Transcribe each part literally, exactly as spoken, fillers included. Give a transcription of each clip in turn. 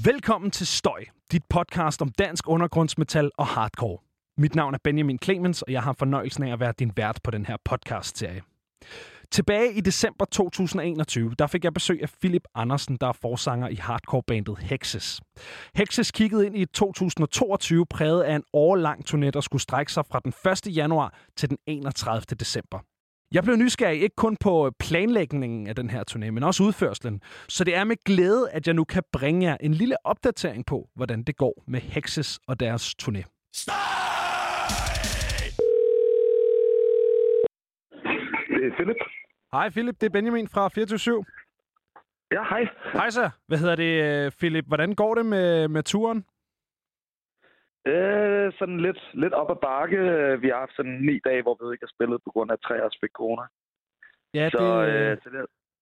Velkommen til Støj, dit podcast om dansk undergrundsmetal og hardcore. Mit navn er Benjamin Clemens, og jeg har fornøjelsen af at være din vært på den her podcast-serie. Tilbage i december to tusind og enogtyve, der fik jeg besøg af Philip Andersen, der er forsanger i hardcore-bandet Hexes. Hexes kiggede ind i to tusind og toogtyve præget af en årelang turné, der skulle strække sig fra den første januar til den enogtredivte december. Jeg blev nysgerrig ikke kun på planlægningen af den her turné, men også udførslen. Så det er med glæde, at jeg nu kan bringe jer en lille opdatering på, hvordan det går med Hexes og deres turné. Det er Philip. Hej Philip, det er Benjamin fra fireogtyve syv. Ja, hej. Hej så. Hvad hedder det, Philip? Hvordan går det med, med turen? Øh, sådan lidt, lidt op ad bakke. Vi har haft sådan ni dage, hvor vi ikke har spillet på grund af tre års fik corona. Ja, så, det... Øh, så, det...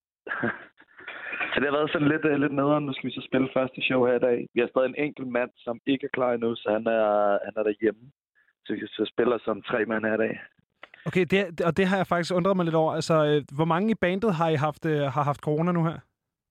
så det har været sådan lidt, uh, lidt nederen. Nu skal vi så spille første show her i dag. Vi har stadig en enkelt mand, som ikke er klar endnu, så han er, han er derhjemme. Så vi så spiller som tre mand her i dag. Okay, det, og det har jeg faktisk undret mig lidt over. Altså, hvor mange i bandet har I haft, har haft corona nu her?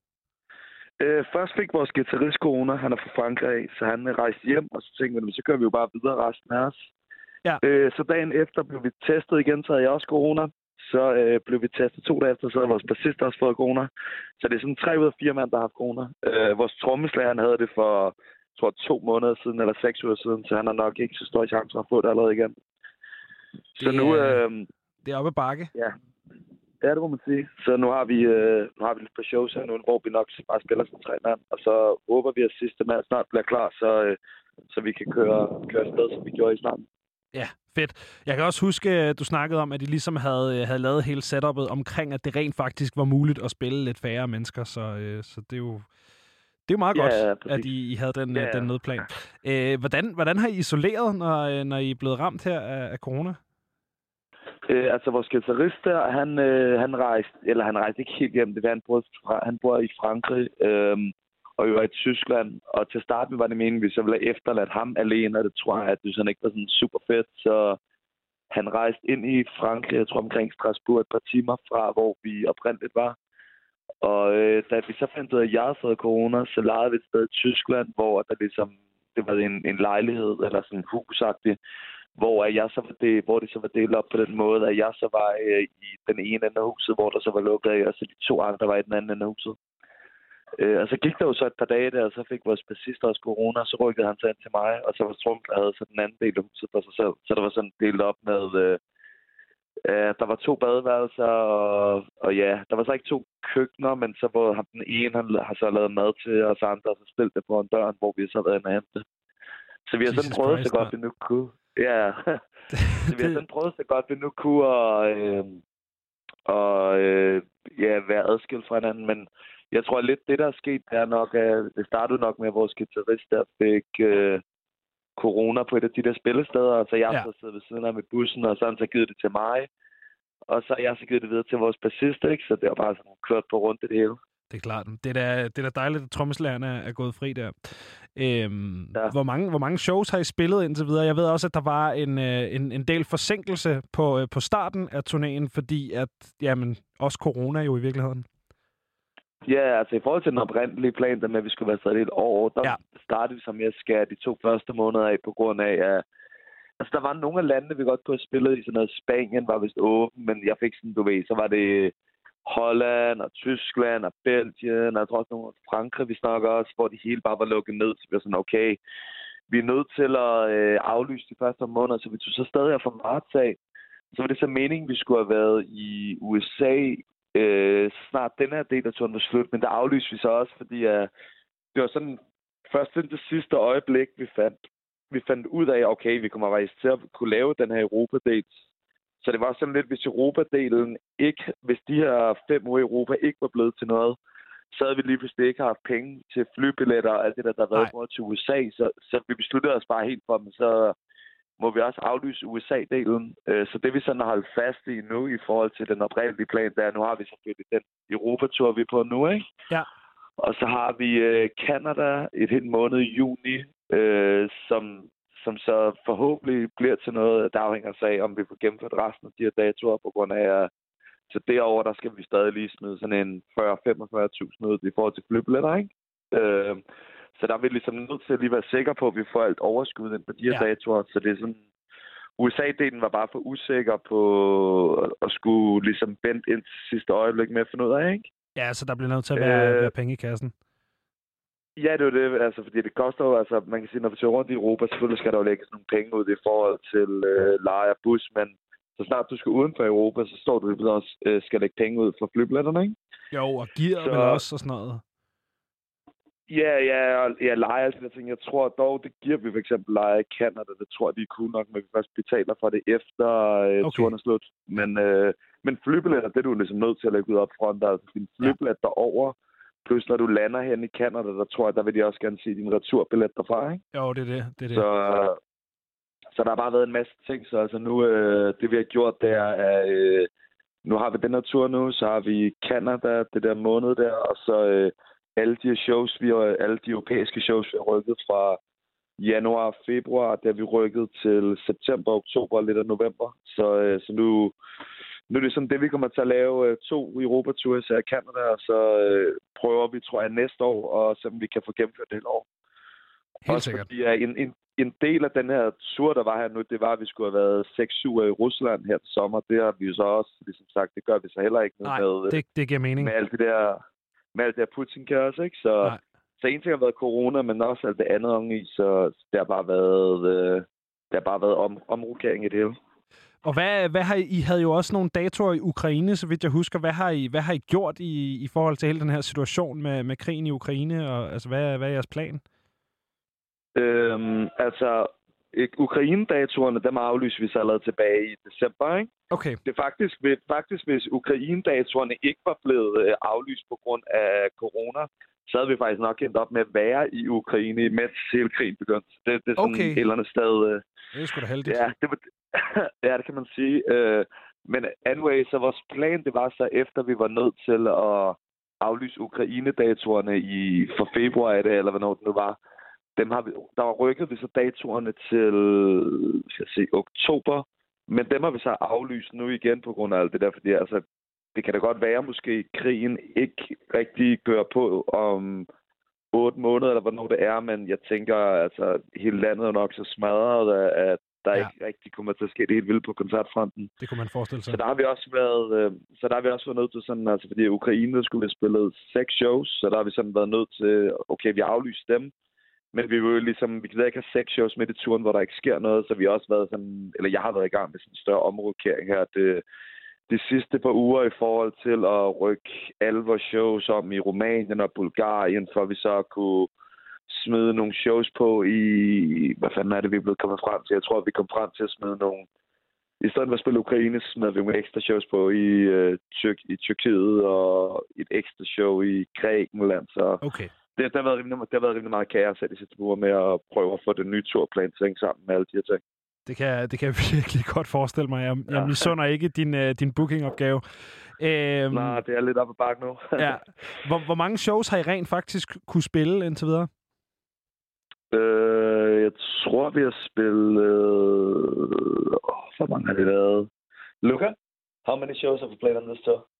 Øh, først fik vores guitarist corona. Han er fra Frankrig, så han rejste hjem, og så tænkte vi, så kører vi jo bare videre resten af os. Ja. Øh, så dagen efter blev vi testet igen, så havde jeg også corona. Så øh, blev vi testet to dage efter, så havde vores bassist også fået corona. Så det er sådan tre ud af fire mand, der har haft corona. Øh, vores trommeslager, han havde det for, tror jeg, to måneder siden, eller seks uger siden, så han har nok ikke så stor chance for at få det allerede igen. Så det, nu... Øh, det er oppe ad bakke. Ja. Ja, det må man sige. Så nu har vi, øh, nu har vi lidt på shows her nu, hvor vi nok bare spiller som tre mand. Og så håber vi, at sidste mand snart bliver klar, så, øh, så vi kan køre, køre afsted, som vi gjorde i starten. Ja, fedt. Jeg kan også huske, at du snakkede om, at I ligesom havde, havde lavet hele setupet omkring, at det rent faktisk var muligt at spille lidt færre mennesker. Så, øh, så det er jo... Det er jo meget godt, ja, at I, I havde den, ja. den nødplan. Øh, hvordan, hvordan har I isoleret, når, når I er blevet ramt her af, af corona? Øh, altså, vores guitarist der, han, øh, han rejste, eller han rejste ikke helt hjem, det var, han bor, han bor i Frankrig, øh, og jo i Tyskland, og til starten var det meningen, at vi så ville have efterladt ham alene, og det tror jeg, at det sådan ikke var sådan super fedt, så han rejste ind i Frankrig, jeg tror omkring Strasbourg, et par timer fra, hvor vi oprindeligt var. Og øh, da vi så fandt ud af, at jeg havde fået corona, så lejede vi et sted i Tyskland, hvor der ligesom, det var en, en lejlighed, eller sådan en husagtigt, hvor jeg så var det, hvor det så var delt op på den måde, at jeg så var øh, i den ene ende af huset, hvor der så var lukket af, og så de to andre var i den anden ende af huset. Øh, og så gik der jo så et par dage der, og så fik vores bassist også corona, og så rykkede han sig ind til mig, og så var Trump, der havde så den anden del af huset for sig selv. Så der var sådan delt op med, øh, øh, der var to badeværelser, og, og ja, der var så ikke to køkkener, men så var han, den ene, han har så lavet mad til os andre, og så spillet det foran døren, hvor vi så havde været inde og hente. Så vi har sådan prøvet Christ, så godt, vi nu kunne. Ja, så vi har sådan prøvet så godt, vi nu kunne, og, øh, og øh, ja, være adskilt fra hinanden, men jeg tror lidt, det der er sket, det er nok, at det startede nok med, at vores guitarist der fik øh, corona på et af de der spillesteder, og så jeg ja. så siddet ved siden af med bussen, og så har han så givet det til mig, og så har jeg så givet det videre til vores bassist, ikke? Så det var bare sådan kørt på rundt det hele. Det er klart. Det er da, det er da dejligt, at trommeslagerne er gået fri der. Øhm, ja. hvor, mange, hvor mange shows har I spillet indtil videre? Jeg ved også, at der var en, en, en del forsinkelse på, på starten af turnéen, fordi at, jamen, også corona jo i virkeligheden. Ja, altså i forhold til den oprindelige plan, der med, at vi skulle være stadig et år, der ja. startede vi så med at skære de to første måneder af på grund af, at altså, der var nogle af landene, vi godt kunne have spillet i, sådan noget Spanien var vist åben, men jeg fik sådan, du ved, så var det Holland og Tyskland og Belgien, og jeg tror også nogle Frankrig, vi snakker også, hvor de hele bare var lukket ned, så vi var sådan, okay, vi er nødt til at øh, aflyse de første måneder, så vi tog så stadig fra marts af. Så var det så meningen, vi skulle have været i U S A, øh, snart den her del af turen var slut, men der aflyste vi så også, fordi øh, det var sådan, først til det sidste øjeblik, vi fandt, vi fandt ud af, okay, vi kommer faktisk til at kunne lave den her Europa-del. Så det var sådan lidt, hvis Europa-delen ikke, hvis de her fem uger i Europa ikke var blevet til noget, så havde vi lige pludselig ikke haft penge til flybilletter og alt det der, der har været på til U S A. Så, så vi besluttede os bare helt for dem, så må vi også aflyse U S A-delen. Så det vi sådan har holdt fast i nu i forhold til den oprindelige plan, der nu har vi selvfølgelig den Europa-tur, vi er på nu, ikke? Ja. Og så har vi øh, Canada et helt måned i juni, øh, som... som så forhåbentlig bliver til noget, der afhænger sig af, om vi får gennemført resten af de her datoer, på grund af, at så derover der skal vi stadig lige smide sådan en fyrre til femogfyrre tusind ud i forhold til flybilletter, ikke? Øh, Så der er vi ligesom nødt til at lige være sikre på, at vi får alt overskud ind på de her ja. datoer. Så det er sådan... U S A-delen var bare for usikker på at skulle ligesom vente ind til sidste øjeblik med at finde ud af, ikke? Ja, så der bliver nødt til at være, øh, være penge i kassen. Ja, det er det, altså, fordi det koster jo, altså, man kan sige, når vi tager rundt i Europa, selvfølgelig skal der jo lægges nogle penge ud i forhold til øh, leje af bus, men så snart du skal uden for Europa, så står du jo også øh, skal lægge penge ud for flybilletterne, ikke? Jo, og gear så... vel også og sådan noget. Ja, ja, og ja, leje alle de der ting. Jeg tror dog, det giver vi for eksempel leje i Canada. Det tror jeg, de er cool nok, men vi først betaler for det efter øh, okay. turen er slut. Men, øh, men flybilletter, det er du ligesom nødt til at lægge ud op front. Altså din flybillet ja. derover, plus når du lander hen i Canada, der tror jeg, der vil de også gerne se din returbillet derfra, ikke? Jo, det er det. det, er det. Så, så der har bare været en masse ting. Så altså nu, øh, det vi har gjort, det er, at øh, nu har vi den her tur nu, så har vi Canada, det der måned der, og så... Øh, Alle de shows, vi har, alle de europæiske shows, vi har rykket fra januar og februar, der har vi rykket til september, oktober og lidt af november. Så, øh, så nu, nu er det sådan det, vi kommer til at lave øh, to Europa-ture i Canada, og så øh, prøver vi, tror jeg, næste år, og så vi kan få gennemført det hele år. Helt også sikkert. Fordi, ja, en, en, en del af den her tur, der var her nu, det var, at vi skulle have været seks syv i Rusland her til sommer. Det har vi jo så også, ligesom sagt, det gør vi så heller ikke. Nej, med, det, det giver mening. Med alt det der... med alt det her Putin-kaos, ikke? Så, så en ting har været corona, men også alt det andet om i, så det har bare været, øh, det har bare været om, omrokering i det hele. Og hvad, hvad har I, I havde jo også nogle datoer i Ukraine, så vidt jeg husker. Hvad har I, hvad har I gjort i, i forhold til hele den her situation med, med krigen i Ukraine? Og, altså, hvad, hvad er jeres plan? Øhm, altså, Ukraine-datorerne, dem aflyste vi så allerede tilbage i december, ikke? Okay. Det er faktisk, faktisk hvis Ukraine-datorerne ikke var blevet aflyst på grund af corona, så havde vi faktisk nok endt op med at være i Ukraine, mens hele krigen begyndte. Det, det er sådan okay. et eller andet sted... Det er sgu da heldigt. Ja, det, var, ja, det kan man sige. Men anyway, så vores plan, det var så efter, vi var nødt til at aflyse Ukraine-datorerne i, for februar af det, eller hvornår det nu var. Dem har vi, der var rykket vi så datorerne til skal jeg se, oktober, men dem har vi så aflyst nu igen på grund af alt det der, fordi altså, det kan da godt være, måske krigen ikke rigtig gør på om otte måneder, eller hvornår det er, men jeg tænker, altså hele landet er nok så smadret, at der ja. ikke rigtig kommer til at ske det helt vildt på koncertfronten. Det kunne man forestille sig. Så der har vi også været, øh, så der har vi også været nødt til sådan, altså fordi Ukraine skulle have spillet seks shows, så der har vi sådan været nødt til, okay, vi aflyste dem, men vi vil jo ligesom, vi kan ikke have seks shows midt i turen, hvor der ikke sker noget, så vi har også været sådan, eller jeg har været i gang med sådan en større omrokering her, det, de sidste par uger i forhold til at rykke alle vores shows om i Rumænien og Bulgarien, for vi så kunne smide nogle shows på i, hvad fanden er det, vi er blevet kommet frem til? Jeg tror, vi kom frem til at smide nogle, i stedet for at spille Ukraine, smed vi nogle ekstra shows på i, uh, Tyrk- i Tyrkiet og et ekstra show i Grækenland, så... Okay. Det, der, har været rimelig, der har været rimelig meget kaos i de sidste uger med at prøve at få den nye turplan til at hænge sammen med alle de her ting. Det kan, det kan jeg virkelig godt forestille mig. Jeg, ja. jeg misunder ikke din, uh, din bookingopgave. Øhm, Nej, det er lidt op ad bakke nu. ja. hvor, hvor mange shows har I rent faktisk kunne spille indtil videre? Øh, jeg tror, vi har spillet... Oh, hvor mange har det været? Luca? How many shows have you played on this tour?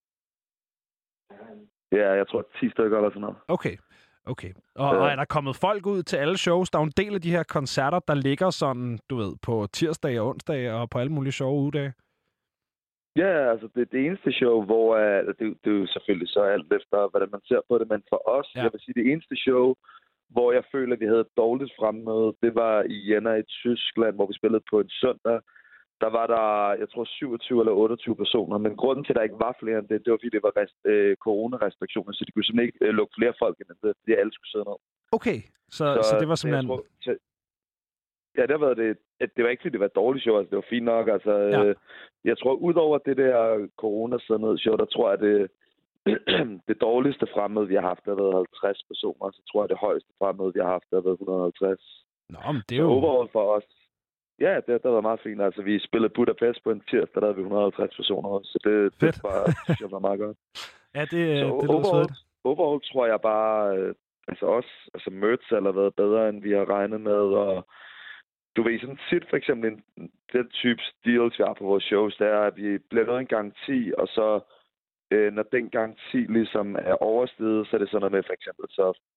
Ja, jeg tror ti stykker eller sådan noget. Okay. Okay. Og, øh. og er der kommet folk ud til alle shows? Der er jo en del af de her koncerter, der ligger sådan, du ved, på tirsdag og onsdag og på alle mulige sjove ugedage. Ja, altså det, det eneste show, hvor uh, det, det er jo selvfølgelig så alt efter, hvordan man ser på det, men for os, ja. jeg vil sige, det eneste show, hvor jeg føler, at vi havde et dårligt fremmøde, det var i Jena i Tyskland, hvor vi spillede på en søndag. Der var der, jeg tror, syvogtyve eller otteogtyve personer, men grunden til, at der ikke var flere end det, det var, fordi det var rest, øh, coronarestriktioner, så de kunne simpelthen ikke øh, lukke flere folk end det, fordi alle skulle sidde ned. Okay, så, så, så det var simpelthen... Tror, så, ja, det var det. Det var ikke, fordi det var et dårligt show, altså det var fint nok. Altså, ja. øh, jeg tror, udover det der corona-show, der tror jeg, det det dårligste fremmøde, vi har haft, der har været halvtreds personer, så tror jeg, det højeste fremmøde, vi har haft, der har været et hundrede og halvtreds. Nå, men det er jo... Så overall for os, ja, det, det var meget fint. Altså, vi spillede Budapest på en tirsdag, der havde vi et hundrede og halvtreds personer også, så det, det var, synes jeg, var meget godt. Ja, det, så det lyder overall, svedigt. Overall tror jeg bare, øh, altså også, altså merch har været bedre, end vi har regnet med, og du ved, sådan tit for eksempel, en, den type deals, vi har på vores shows, der er, at vi bliver noget en garanti, og så øh, når den garanti ligesom er oversteget, så er det sådan noget med, for eksempel, så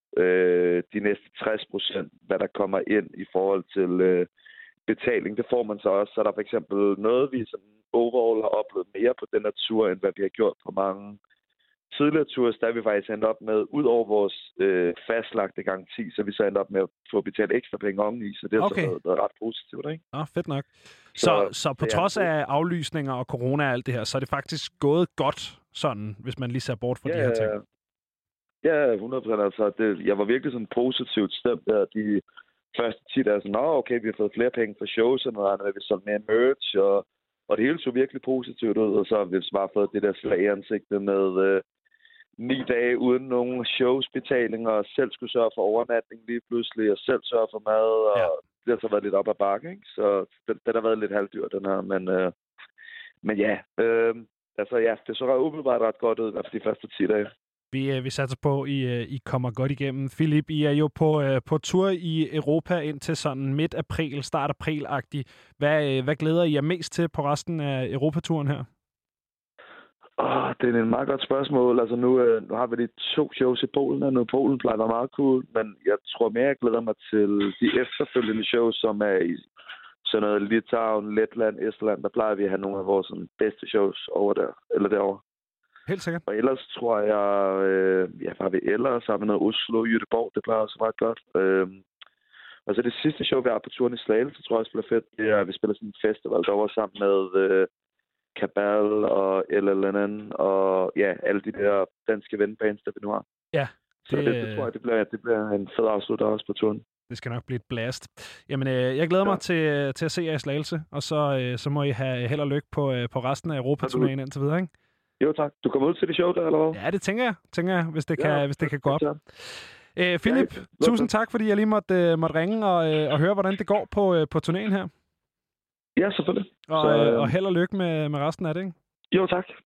øh, de næste tres procent, hvad der kommer ind i forhold til øh, betaling. Det får man så også. Så der er for eksempel noget, vi sådan overall har oplevet mere på den her tur, end hvad vi har gjort på mange tidligere ture, der er vi faktisk endt op med, ud over vores øh, fastlagte garanti, så vi så endt op med at få betalt ekstra penge oveni, så det er okay. så været, været ret positivt, ikke? Ah, fedt nok. Så, så, så på trods af aflysninger og corona og alt det her, så er det faktisk gået godt sådan, hvis man lige ser bort fra ja, de her ting? Ja, hundrede procent. Altså, det, jeg var virkelig sådan positivt stemt der de første ti dage. Sådan, nå, okay, vi har fået flere penge for shows, og noget andet, vi solgte mere merch, og, og det hele så virkelig positivt ud, og så har vi bare fået det der slag i ansigtet med øh, ni dage uden nogen showsbetalinger, og selv skulle sørge for overnatning lige pludselig, og selv sørge for mad, og ja. Det har så været lidt op ad bakke, ikke? Så den, den har været lidt halvdyr, den her, men, øh, men ja, øh, altså ja, det så umiddelbart ret godt ud efter de første ti dage. Vi, vi satser på, at I, I kommer godt igennem. Philip, I er jo på, på tur i Europa indtil sådan midt april, start april-agtig. Hvad, hvad glæder I jer mest til på resten af Europaturen her? Oh, det er et meget godt spørgsmål. Altså nu, øh, nu har vi de to shows i Polen, og nu Polen plejer at være meget cool, men jeg tror mere, jeg glæder mig til de efterfølgende shows, som er i sådan noget Litauen, Letland, Estland. Der plejer vi at have nogle af vores sådan, bedste shows over der, eller derovre. Helt sikkert. Og ellers tror jeg, øh, ja, har vi ellers, har vi noget Oslo, Göteborg, det plejer også meget godt. Øh, og så det sidste show, vi har på turen i Slagelse, tror jeg også bliver fedt, det er, at vi spiller sådan en festival derovre sammen med øh, Kabal og L L N N og ja, alle de der danske venbands, der vi nu har. Ja. Det, så det, det tror jeg, det bliver, det bliver en fed afslutter også på turen. Det skal nok blive et blast. Jamen, øh, jeg glæder mig ja. til, til at se jer i Slagelse, og så, øh, så må I have held og lykke på, øh, på resten af Europaturnéen indtil videre, ikke? Jo, tak. Du kommer ud til det show der, eller hvad? Ja, det tænker jeg, tænker jeg hvis det kan, ja, hvis det kan gå op. Æ, Philip, ja, tusind tak, fordi jeg lige måtte, uh, måtte ringe og, uh, og høre, hvordan det går på, uh, på turnéen her. Ja, selvfølgelig. Og, Så, øh, og held og lykke med, med resten af det, ikke? Jo, tak.